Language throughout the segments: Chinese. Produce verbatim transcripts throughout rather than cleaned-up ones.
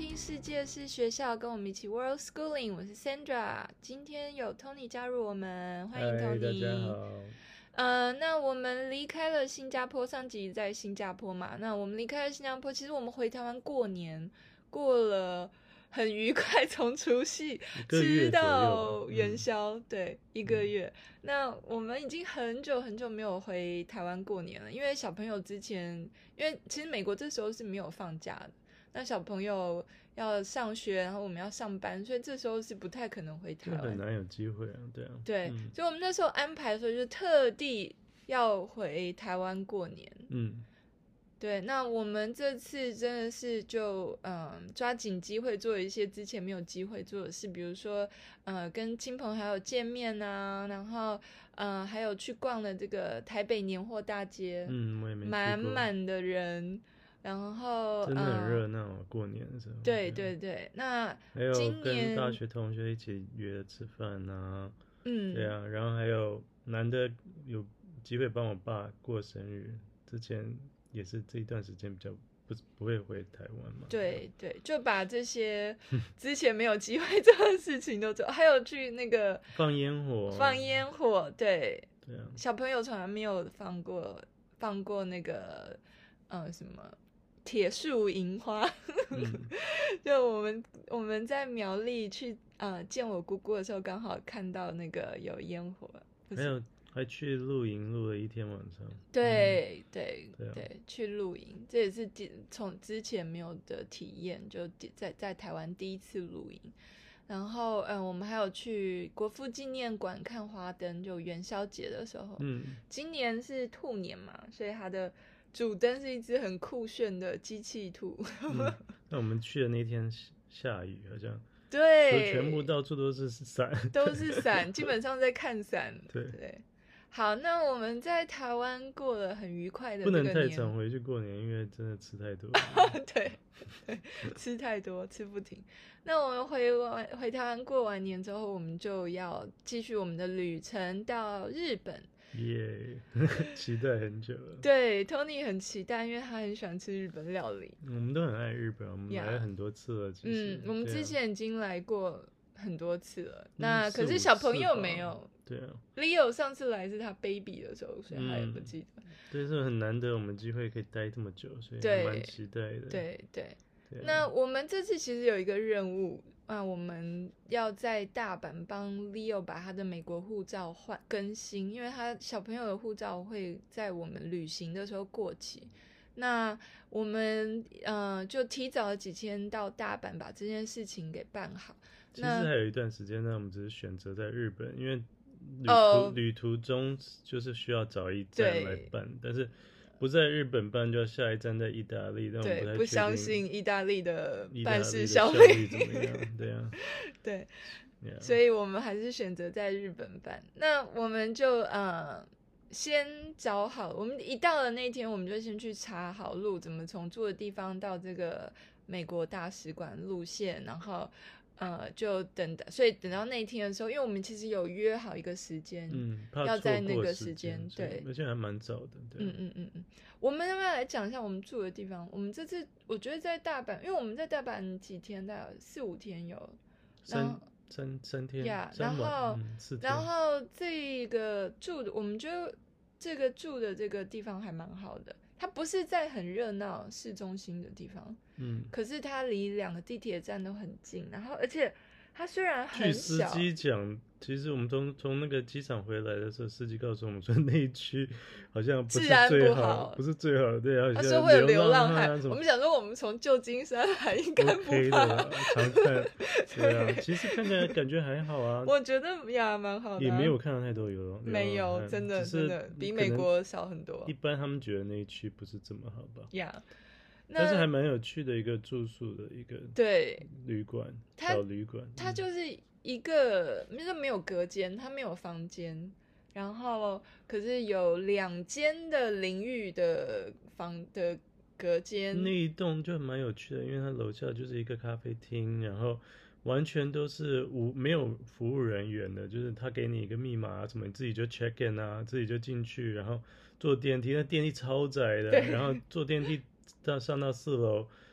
听世界是学校，跟我们一起 World Schooling。我是 Sandra， 今天有 Tony 加入我们，欢迎 Tony。 大家好。 呃，那我们离开了新加坡，上集在新加坡嘛，那我们离开了新加坡，其实我们回台湾过年，过了很愉快，从除夕吃到元宵，嗯、对，一个月、嗯。那我们已经很久很久没有回台湾过年了，因为小朋友之前，因为其实美国这时候是没有放假的，那小朋友要上学，然后我们要上班，所以这时候是不太可能回台湾， 很难有机会啊，对啊。 对、 嗯， 所以我们那时候安排的时候，就特地要回台湾过年。 嗯。 对，那我们这次真的是就嗯抓紧机会做一些之前没有机会做的事，比如说呃跟亲朋好友见面啊，然后呃还有去逛了这个台北年货大街， 嗯，我也没去过， 满满的人，然后真的很热闹、嗯，过年的时候。 对对对，那还有跟大学同学一起约吃饭啊，嗯，对啊，然后还有难得有机会帮我爸过生日，之前。也是这一段时间比较不不会回台湾嘛， 对对，就把这些之前没有机会做的事情都做，还有去那个放烟火， 放烟火，对， 对啊， 小朋友从来没有放过放过那个呃什么铁树银花，嗯、就我们我们在苗栗去呃见我姑姑的时候，刚好看到那个有烟火， 还有。还去露营，露了一天晚上。 对、嗯、对 对,、啊、对，去露营，这也是从之前没有的体验，就在在台湾第一次露营。然后，嗯，我们还有去国父纪念馆看花灯，就元宵节的时候。嗯，今年是兔年嘛，所以它的主灯是一只很酷炫的机器兔。 嗯、那我们去的那天下雨，好像。 对， 全部到处都是伞， 都是伞，基本上在看伞。 对对。好，那我们在台湾过了很愉快的这个年， 不能太常回去过年，因为真的吃太多对对，吃太多，吃不停。那我们回完回台湾过完年之后，我们就要继续我们的旅程到日本。 耶、yeah, 期待很久了。 对 ，Tony 很期待，因为他很喜欢吃日本料理。 我们都很爱日本，我们来了很多次了。 Yeah. 嗯，我们之前已经来过很多次了。 嗯、 那可是小朋友没有。 对啊 ，Leo 上次来是他 baby 的时候，所以他也不记得。 嗯、对，是很难得我们机会可以待这么久，所以还蛮期待的。 对对 对, 對。那我们这次其实有一个任务啊，我们要在大阪帮 Leo 把他的美国护照换更新，因为他小朋友的护照会在我们旅行的时候过期。那我们呃就提早了几天到大阪把这件事情给办好。 其实还有一段时间呢，我们只是选择在日本，因为旅途、 oh, 旅途中就是需要找一站来办，但是不在日本办就要下一站在意大利，但我们不太确定不相信意大利的办事效率怎么样？对啊， 对， yeah. 所以我们还是选择在日本办。那我们就呃先找好，我们一到了那天，我们就先去查好路，怎么从住的地方到这个美国大使馆路线，然后。呃，就等的，所以等到那天的时候，因为我们其实有约好一个时间， 嗯， 要在那个时间，对， 而且还蛮早的，对， 嗯嗯嗯嗯。我们要不要来讲一下我们住的地方？我们这次我觉得在大阪，因为我们在大阪几天，大概四五天有， 三三三天， 呀、yeah, 然后、 嗯、四天然后这个住的，我们觉得这个住的这个地方还蛮好的。它不是在很热闹市中心的地方，嗯，可是它离两个地铁站都很近，然后而且它虽然很小， 据司机讲，其实我们从从那个机场回来的时候，司机告诉我们说那一区好像不是最好，不, 不是最好的，对啊， 他说会有流浪汉。我们想说我们从旧金山来应该不怕， okay 的常看，对啊，其实看起来感觉还好啊， 我觉得呀蛮好的、啊， 也没有看到太多流浪， 没有，真的真的比美国少很多。 一般他们觉得那一区不是这么好吧？ 呀、yeah.。 但是还蛮有趣的一个住宿的一个对旅馆，小旅馆， 它就是一个就是没有隔间，它没有房间，然后可是有两间的淋浴的房的隔间。 那一栋就蛮有趣的，因为它楼下就是一个咖啡厅，然后完全都是无没有服务人员的，就是他给你一个密码啊什么，你自己就 check in 啊，自己就进去，然后坐电梯，那电梯超窄的，然后坐电梯到上到四楼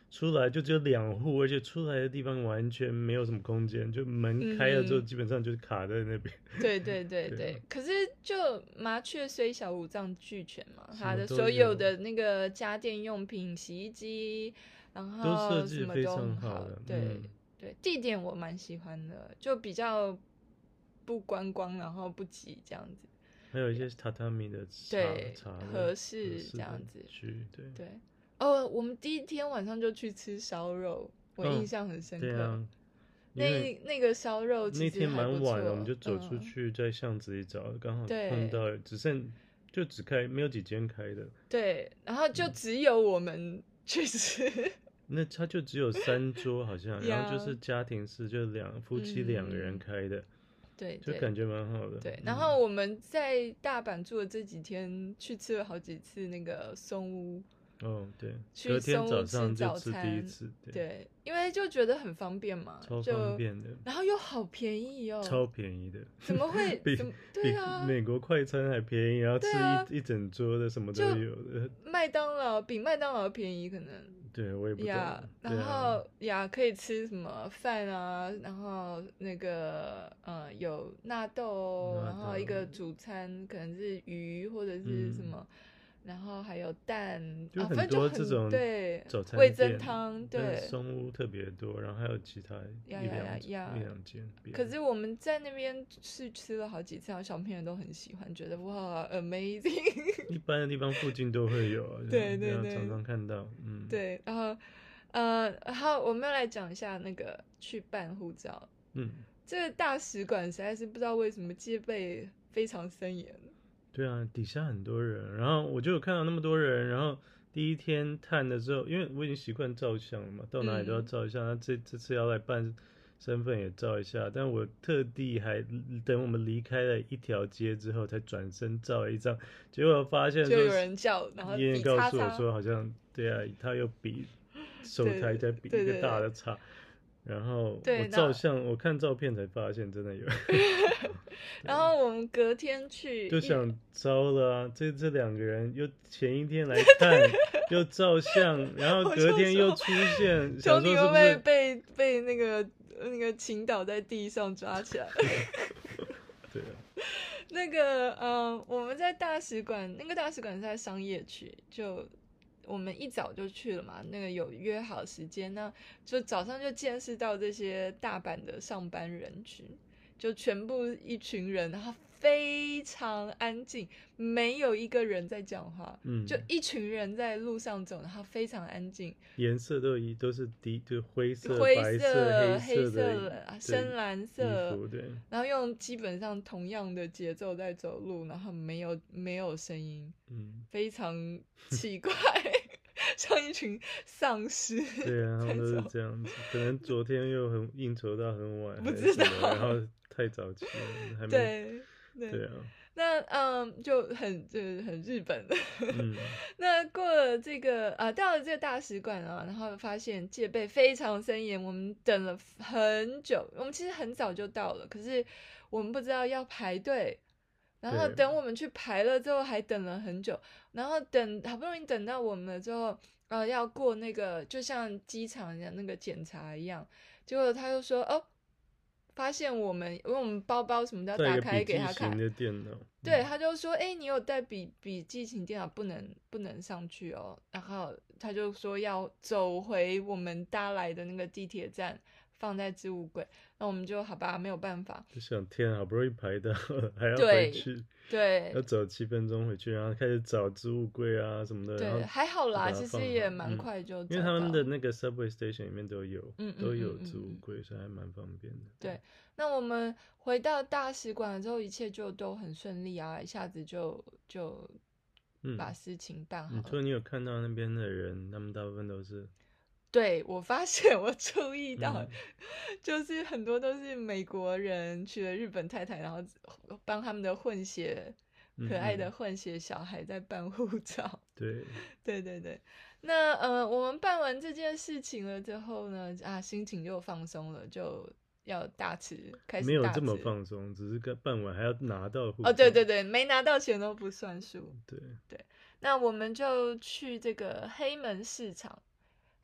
出来就只有两户，而且出来的地方完全没有什么空间，就门开了之后基本上就是卡在那边。 嗯、对对对 对, 对。可是就麻雀虽小五脏俱全嘛，它的所有的那个家电用品、洗衣机，然后都设计非常好的。 对、 嗯、 对，地点我蛮喜欢的，就比较不观光，然后不挤这样子。 还有一些榻榻米的茶对茶合适这样子。 对对。哦，我们第一天晚上就去吃烧肉，我印象很深刻。 哦、对啊， 那那个烧肉其实那天蛮晚的，我们就走出嗯、 去在巷子里找，刚好碰到只剩就只开没有几间开的。 对，然后就只有我们去吃。嗯、 那他就只有三桌好像，然后就是家庭式，就两夫妻两个人开的。嗯对， 就感觉蛮好的。 对，然后我们在大阪住的这几天，去吃了好几次那个松屋。 哦，对， 去松屋吃早餐， 第一次，对， 对，因为就觉得很方便嘛， 超方便的， 然后又好便宜哦， 超便宜的， 怎么会？ 比对啊， 比美国快餐还便宜，然后吃一、 啊、 一整桌的什么都有的。 麦当劳比麦当劳便宜可能。 对，我也不懂。 呀，然后呀，可以吃什么饭啊？然后那个呃，有纳豆，然后一个主餐可能是鱼或者是什么，嗯、然后还有蛋， 就很多这种对早餐味噌汤，对， 松屋特别多，然后还有其他一两一两间。 可是我们在那边是吃了好几次，然后小朋友都很喜欢，觉得哇 amazing。 一般的地方附近都会有啊， 对对对， 常常看到，嗯， 对，然后呃，然后我们要来讲一下那个去办护照， 嗯， 这个大使馆实在是不知道为什么戒备非常森严。 对啊，底下很多人，然后我就有看到那么多人，然后第一天探的时候，因为我已经习惯照相了嘛，到哪里都要照一下。那、嗯、这这次要来办身份也照一下，但我特地还等我们离开了一条街之后，才转身照了一张，结果发现说就有人叫，然后比叉叉，告诉我说好像对啊，他又比手台在比一个大的叉。然后我照相，我看照片才发现真的有。 然后我们隔天去， 就想糟了啊！这这两个人又前一天来看，又照相，然后隔天又出现，想说是不是被被那个那个倾倒在地上抓起来？ 对啊。 那个呃，我们在大使馆，那个大使馆是在商业区，就。我们一早就去了嘛，那个有约好时间，那就早上就见识到这些大阪的上班人群，就全部一群人，然后非常安静，没有一个人在讲话，嗯，就一群人在路上走，然后非常安静， 颜色都一都是低，就灰色、 灰色、白色、 黑色、 深蓝色， 对， 然后用基本上同样的节奏在走路，然后没有没有声音，嗯，非常奇怪。像一群丧尸， 对啊，他们都是这样子。可能昨天又很应酬到很晚， 不知道， 然后太早起了，还没对对, 对啊。 那嗯，就很就是很日本的。 嗯、 那过了这个啊，到了这个大使馆啊，然后发现戒备非常森严，我们等了很久。我们其实很早就到了，可是我们不知道要排队。然后等我们去排了之后，还等了很久。然后等好不容易等到我们了之后，呃，要过那个就像机场一样那个检查一样。结果他就说：“哦，发现我们因为我们包包什么都要打开给他看。” 的电脑， 对，他就说：“哎，你有带笔笔记型电脑，不能不能上去哦。”然后他就说要走回我们搭来的那个地铁站。放在置物柜，那我们就好吧，没有办法。 就想天，好不容易排到，还要回去， 对， 要走七分钟回去，然后开始找置物柜啊什么的。 对，还好啦，其实也蛮快就找到、 嗯。因为他们的那个 subway station 里面都有， 嗯、 都有置物柜，所以还蛮方便的。 对，那我们回到大使馆了之后，一切就都很顺利啊，一下子就就把事情办好了。 所以、嗯、你有看到那边的人，他们大部分都是。 对，我发现我注意到、嗯、就是很多都是美国人娶了日本太太，然后帮他们的混血可爱的混血小孩在办护照。 对对对对，那呃我们办完这件事情了之后呢，啊心情又放松了，就要大吃开始大吃。 没有这么放松，只是办完还要拿到护照。 哦对对对，没拿到钱都不算数。 对对，那我们就去这个黑门市场。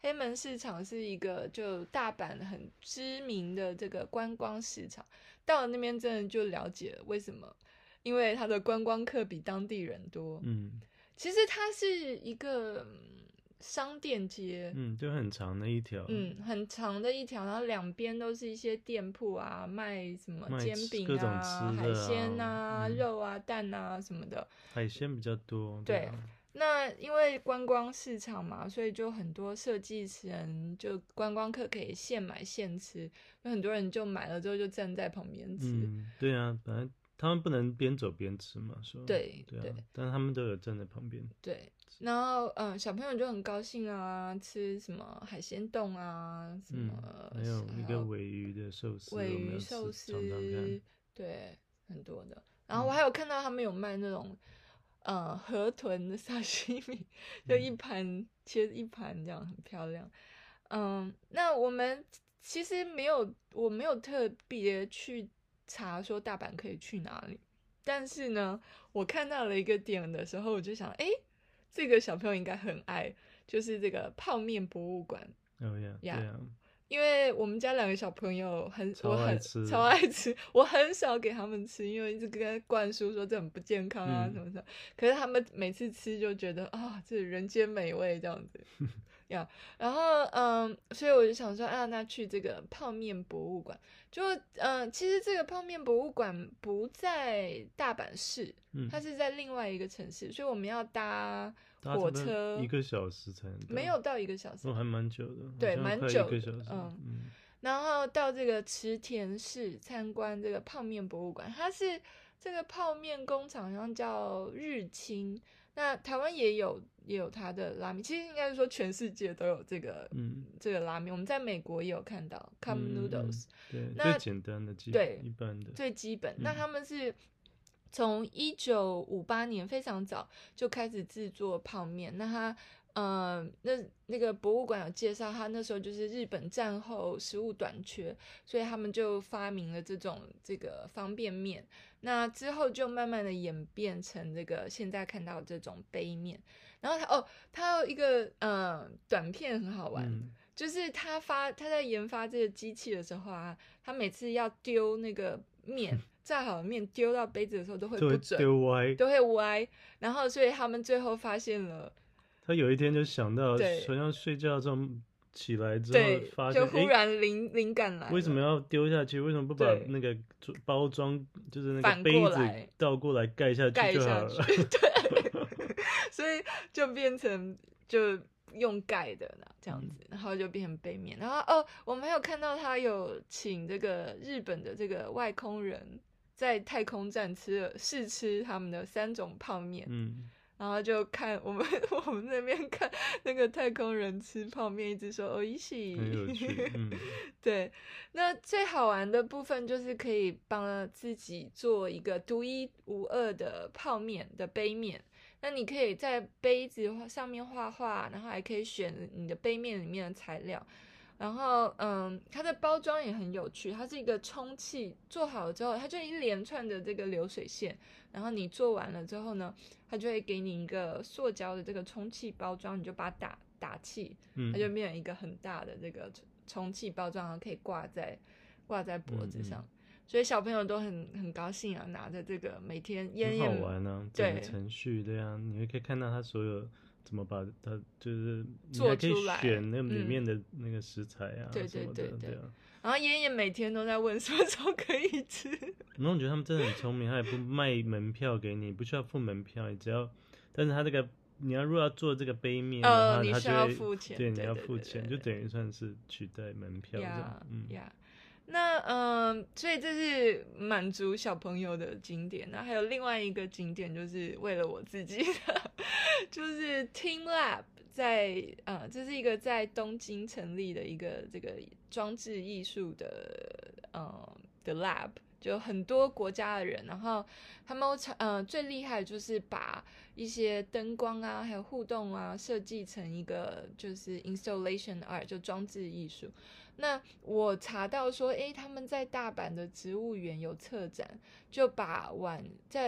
黑门市场是一个就大阪很知名的这个观光市场，到了那边真的就了解了为什么，因为它的观光客比当地人多。 嗯， 其实它是一个商店街， 嗯，就很长的一条， 嗯，很长的一条，然后两边都是一些店铺啊，卖什么煎饼啊、 各种吃的啊海鲜啊、 嗯、 肉啊、蛋啊什么的。 海鲜比较多。 对， 对啊， 那因为观光市场嘛，所以就很多设计人就观光客可以现买现吃，有很多人就买了之后就站在旁边吃。 嗯，对啊，本来他们不能边走边吃嘛，说对对啊， 对但他们都有站在旁边。 对，然后嗯，小朋友就很高兴啊，吃什么海鲜冻啊，什么、 嗯、还有一个鲔鱼的寿司， 鲔鱼寿司， 尝尝看， 对，很多的。然后我还有看到他们有卖那种。呃，河豚的沙西米，就一盘、嗯、切一盘这样很漂亮。嗯，那我们其实没有，我没有特别去查说大阪可以去哪里，但是呢，我看到了一个点的时候，我就想，哎，这个小朋友应该很爱，就是这个泡面博物馆。 哦呀，对啊。 因为我们家两个小朋友很超爱吃， 我很超爱吃，我很少给他们吃，因为一直跟他灌输说这很不健康啊什么的、嗯。可是他们每次吃就觉得啊，这人间美味这样子呀。yeah, 然后嗯，所以我就想说啊，那去这个泡面博物馆，就嗯，其实这个泡面博物馆不在大阪市，嗯、它是在另外一个城市，所以我们要搭。火车一个小时才能到， 没有到一个小时， 哦，还蛮久的， 对，蛮久的， 嗯嗯。 然后到这个池田市参观这个泡面博物馆，它是这个泡面工厂，好像叫日清。那台湾也有也有它的拉面，其实应该是说全世界都有这个、嗯、这个拉面。我们在美国也有看到 Cup Noodles，、 嗯、对，最简单的， 对， 一般的， 最基本。嗯、那他们是。从一九五八年非常早就开始制作泡面，那他呃那那个博物馆有介绍，他那时候就是日本战后食物短缺，所以他们就发明了这种这个方便面。那之后就慢慢的演变成这个现在看到这种杯面。然后他哦，他有一个呃短片很好玩。嗯，就是他发他在研发这个机器的时候啊，他每次要丢那个面炸好的面丢到杯子的时候都会不准， 丢歪， 都会歪。然后所以他们最后发现了， 他有一天就想到，好像睡觉这种起来之后发现， 就忽然灵灵感来了， 为什么要丢下去？为什么不把那个包装就是那个杯子倒过来盖下去就好了？ 对，所以就变成就。用盖的呢，这样子，然后就变成杯面。然后哦，我们还有看到他有请这个日本的这个外空人在太空站吃了试吃他们的三种泡面，嗯，然后就看我们我们那边看那个太空人吃泡面，一直说哦一起， 很有趣，嗯， 对。那最好玩的部分就是可以帮自己做一个独一无二的泡面的杯面。那你可以在杯子上面画画，然后还可以选你的杯面里面的材料。然后，嗯，它的包装也很有趣，它是一个充气，做好了之后，它就一连串的这个流水线。然后你做完了之后呢，它就会给你一个塑胶的这个充气包装，你就把它打打气，它就变成一个很大的这个充气包装，然后可以挂在挂在脖子上。嗯嗯，所以小朋友都很很高兴啊，拿着这个每天奄奄很好玩啊，整个程序对啊，你会可以看到他所有怎么把它就是你还可以选那里面的那个食材啊， 对对对对， 对啊。 然后奄奄每天都在问什么时候可以吃。 然后我觉得他们真的很聪明，他也不卖门票给你，不需要付门票，你只要，但是他这个你要如果要做这个杯面的话， 呃，你需要付钱， 对，你要付钱，就等于算是取代门票这样，嗯呀。那嗯、呃，所以这是满足小朋友的景点。那还有另外一个景点，就是为了我自己的，就是 Team Lab 在呃，这是一个在东京成立的一个这个装置艺术的呃的 lab， 就很多国家的人，然后他们呃最厉害的就是把一些灯光啊，还有互动啊，设计成一个就是 installation art， 就装置艺术。那我查到说，诶，他们在大阪的植物园有策展，就把晚在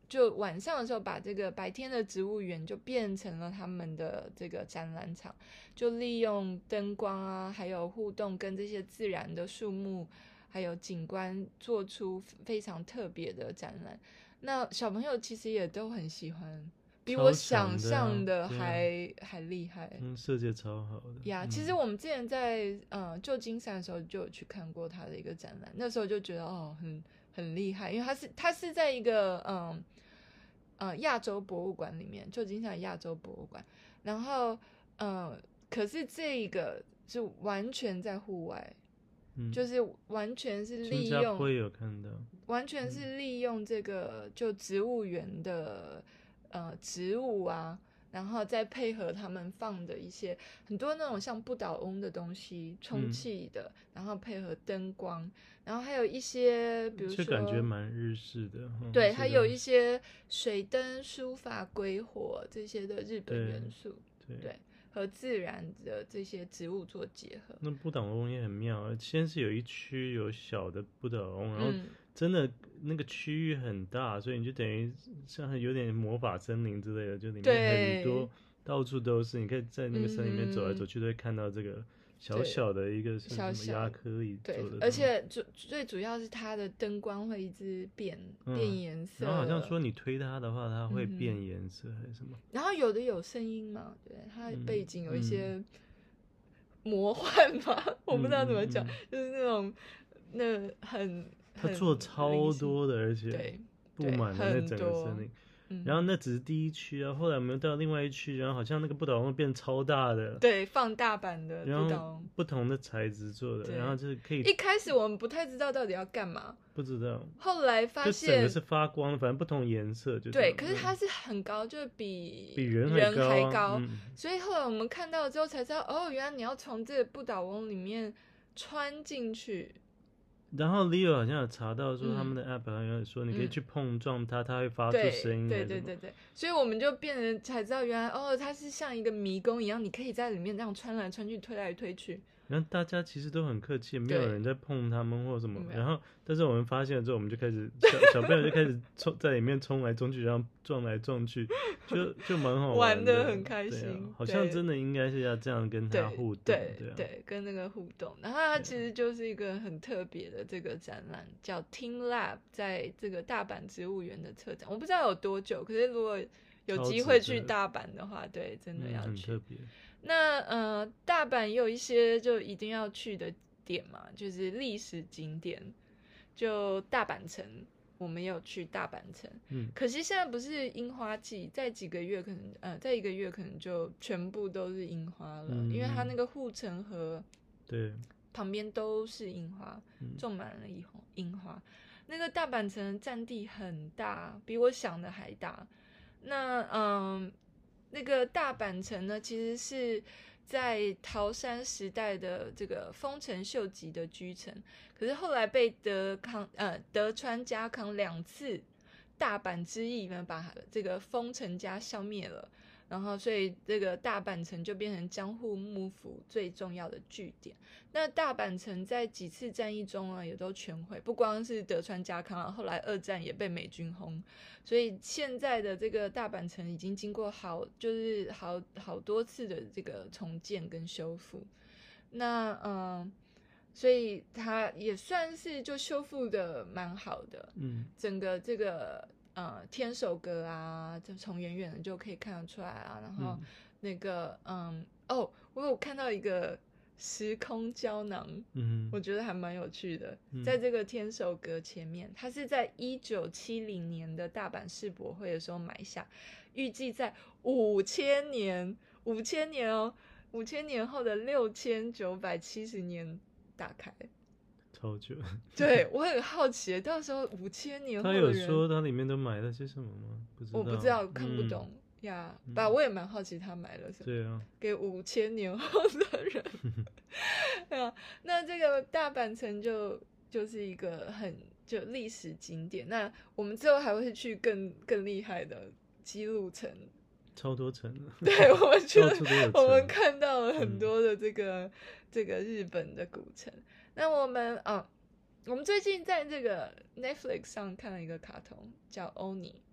就晚上的时候把这个白天的植物园就变成了他们的这个展览场，就利用灯光啊，还有互动跟这些自然的树木还有景观做出非常特别的展览。那小朋友其实也都很喜欢，比我想象的还、啊、还厉害。 嗯，设计超好的呀、yeah, 嗯。其实我们之前在呃旧金山的时候就有去看过他的一个展览，那时候就觉得哦很很厉害，因为他是他是在一个嗯呃亚洲博物馆里面，旧金山亚洲博物馆，然后嗯、呃、可是这个是完全在户外。嗯、就是完全是利用， 新加坡也有看到， 完全是利用这个就植物园的呃植物啊，然后再配合他们放的一些很多那种像不倒翁的东西，充气的、嗯，然后配合灯光，然后还有一些比如说， 就感觉蛮日式的， 对，还有一些水灯、书法、鬼火这些的日本元素，对。对对和自然的这些植物做结合， 那不倒翁也很妙。先是有一区有小的不倒翁，然后真的那个区域很大，所以你就等于像有点魔法森林之类的，就里面很多到处都是，你可以在那个山里面走来走去，都会看到这个小小的一个是什么亚克力做的， 对，而且最最主要是它的灯光会一直变、嗯、变颜色， 然后好像说你推它的话，它会变颜色还是什么？ 然后有的有声音嘛，对，它背景有一些魔幻嘛，嗯、我不知道怎么讲、嗯，就是那种那很他做超多的，而且布满了那整个森林。然后那只是第一区啊，后来我们到另外一区，然后好像那个不倒翁变超大的， 对，放大版的不倒翁， 然后不同的材质做的，然后就是可以。 一开始我们不太知道到底要干嘛， 不知道， 后来发现就整个是发光，反正不同颜色就对，可是它是很高，就是比比人还高， 还高嗯、 所以后来我们看到之后才知道，哦，原来你要从这个不倒翁里面穿进去。 然后 Leo 好像有查到说他们的 app 好像有说你可以去碰撞它，嗯、它会发出声音。 对对对对，所以我们就变成才知道原来哦，它是像一个迷宫一样，你可以在里面这样穿来穿去，推来推去。 然后大家其实都很客气，没有人在碰他们或什么。然后，但是我们发现了之后，我们就开始小小朋友就开始冲在里面冲来冲去，然后撞来撞去，就就蛮好玩的， 玩得很开心、 啊。好像真的应该是要这样跟他互动， 对对、啊、 对，跟那个互动。然后它其实就是一个很特别的这个展览，叫 Team Lab， 在这个大阪植物园的策展。我不知道有多久，可是如果有机会去大阪的话，对，真的要去。 嗯、很特别。 那呃，大阪也有一些就一定要去的点嘛，就是历史景点，就大阪城，我们也有去大阪城。嗯，可惜现在不是樱花季，在几个月可能呃，在一个月可能就全部都是樱花了，嗯、因为它那个护城河对旁边都是樱花，种满了樱花。那个大阪城占地很大，比我想的还大。那嗯。那个大阪城呢，其实是在桃山时代的这个丰臣秀吉的居城，可是后来被德康呃德川家康两次大阪之役呢，把这个丰臣家消灭了，然后所以这个大阪城就变成江户幕府最重要的据点。那大阪城在几次战役中呢，也都全毁，不光是德川家康，后来二战也被美军轰。所以现在的这个大阪城已经经过好就是好好多次的这个重建跟修复，那嗯，所以它也算是就修复的蛮好的，嗯，整个这个呃天守阁啊，就从远远的就可以看得出来啊，然后那个 嗯, 嗯哦，我有看到一个时空胶囊，嗯，我觉得还蛮有趣的，嗯、在这个天守阁前面，它是在一九七零年的大阪世博会的时候埋下，预计在五千年，五千年哦，五千年后的六千九百七十年打开， 超久。 对，我很好奇，到时候五千年后的人， 他有说它里面都埋了些什么吗？不知道， 我不知道，看不懂。嗯呀，吧，我也蛮好奇他买了什么。 对啊， 给五千年后的人。啊，那这个大阪城就就是一个很就历史景点。那我们之后还会去更更厉害的姬路城， 超多城。 对，我们去，我们看到了很多的这个、嗯、这个日本的古城。那我们啊，我们最近在这个 Netflix 上看了一个卡通叫欧尼。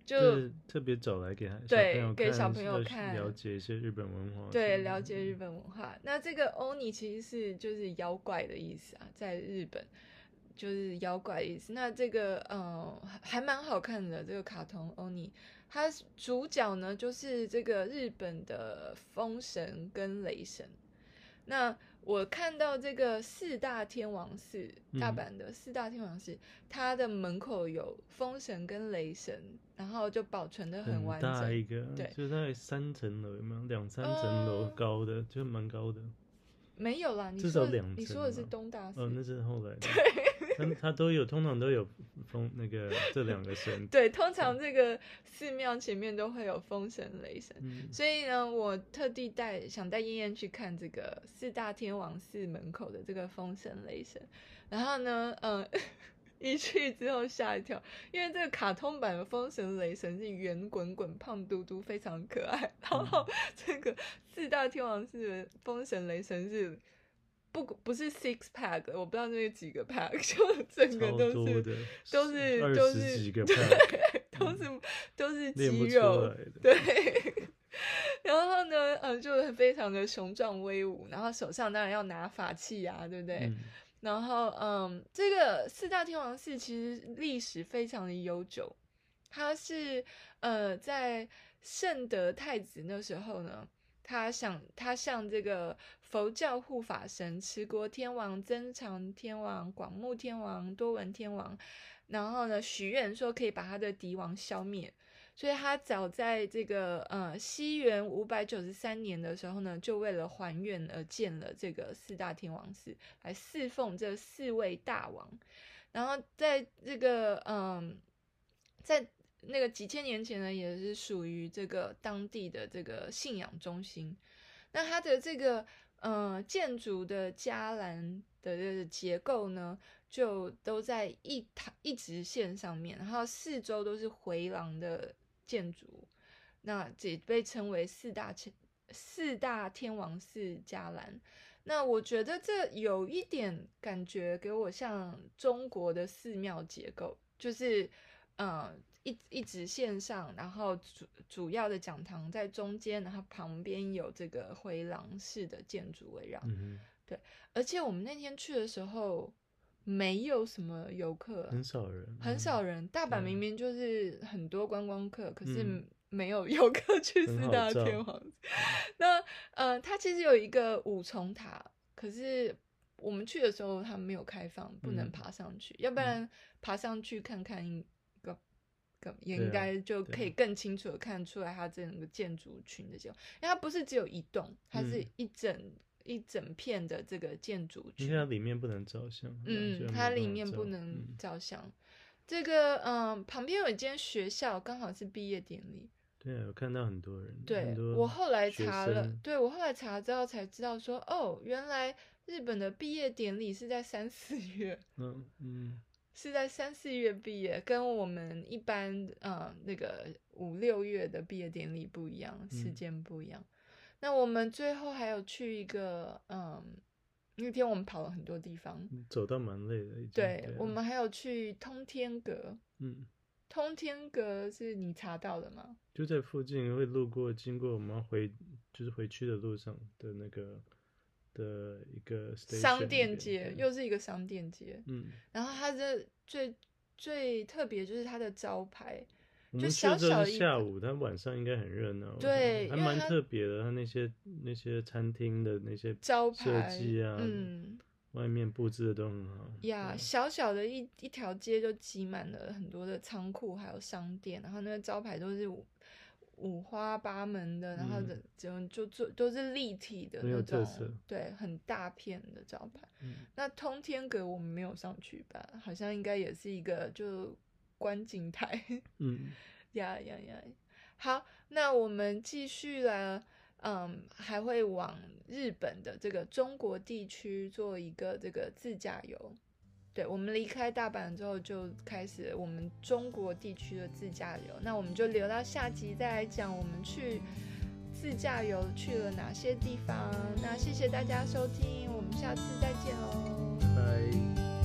就特别找来给他对给小朋友看， 了解一些日本文化， 对，了解日本文化。那这个欧尼其实是就是妖怪的意思啊，在日本就是妖怪的意思。那这个嗯还蛮好看的这个卡通欧尼，它主角呢就是这个日本的风神跟雷神。那我看到这个四大天王寺，大阪的四大天王寺，嗯、它的门口有风神跟雷神，然后就保存的很完整， 很大一个， 对， 就大概三层楼，有没有两三层楼高的，呃、就蛮高的。 没有啦，你至少两层。 你说的是东大寺， 哦，那是后来的。 对， 它都有，通常都有风那个这两个神。 对，通常这个寺庙前面都会有风神、雷神，嗯、所以呢，我特地带想带燕燕去看这个四大天王寺门口的这个风神、雷神，然后呢，嗯。一去之后吓一跳，因为这个卡通版的风神雷神是圆滚滚胖嘟嘟非常可爱，然后这个四大天王寺的风神雷神是不不是 six pack， 我不知道那几个 pack， 就整个都是都是都是几个 pack， 都是都是肌肉，对。然后呢，嗯，就非常的雄壮威武，然后手上当然要拿法器啊，对不对？嗯，然后，嗯，这个四大天王寺其实历史非常的悠久，它是呃在圣德太子那时候呢，他想他向这个佛教护法神持国天王、增长天王、广目天王、多闻天王，然后呢许愿说可以把他的敌王消灭。所以他早在这个呃西元五百九十三年的时候呢，就为了还愿而建了这个四大天王寺，来侍奉这四位大王。然后在这个嗯，在那个几千年前呢，也是属于这个当地的这个信仰中心。那它的这个呃建筑的伽蓝的这个结构呢，就都在一塔一直线上面，然后四周都是回廊的建筑，那也被称为四大四大天王寺伽蓝。那我觉得这有一点感觉给我像中国的寺庙结构，就是呃一一直线上，然后主主要的讲堂在中间，然后旁边有这个回廊式的建筑围绕。嗯，对，而且我们那天去的时候没有什么游客， 很少人， 很少人。大阪明明就是很多观光客，嗯、可是没有游客去四大天王寺。那呃，它其实有一个五重塔，可是我们去的时候它没有开放，不能爬上去。嗯、要不然爬上去看看，个个也应该就可以更清楚的看出来它整个建筑群的结构。因为它不是只有一栋，它是一整。嗯一整片的这个建筑群， 因为它里面不能照相。 嗯，它里面不能照相。嗯、这个嗯，旁边有一间学校，刚好是毕业典礼。 对，我看到很多人。 对，我后来查了，对我后来查之后才知道说，哦，原来日本的毕业典礼是在三四月。嗯嗯，是在三四月毕业，跟我们一般嗯那个五六月的毕业典礼不一样，时间不一样。嗯，那我们最后还有去一个，嗯，那天我们跑了很多地方， 走到蛮累的。 对，对我们还有去通天阁。嗯，通天阁是你查到的吗？ 就在附近，会路过，经过我们回就是回去的路上的那个的一个商店街，又是一个商店街。嗯，然后它的最最特别就是它的招牌。 就小小的下午，它晚上应该很热闹， 对， 还蛮特别的。它那些那些餐厅的那些招牌设计啊，嗯，外面布置的都很好呀。小小的一一条街就挤满了很多的仓库，还有商店，然后那个招牌都是五五花八门的，然后就就就都是立体的那种，对，很大片的招牌。嗯、那通天阁我们没有上去吧？好像应该也是一个就。观景台，嗯，呀呀呀，好，那我们继续了，嗯，还会往日本的这个中国地区做一个这个自驾游。对，我们离开大阪之后，就开始我们中国地区的自驾游。那我们就留到下集再来讲，我们去自驾游去了哪些地方。那谢谢大家收听，我们下次再见喽， 拜拜。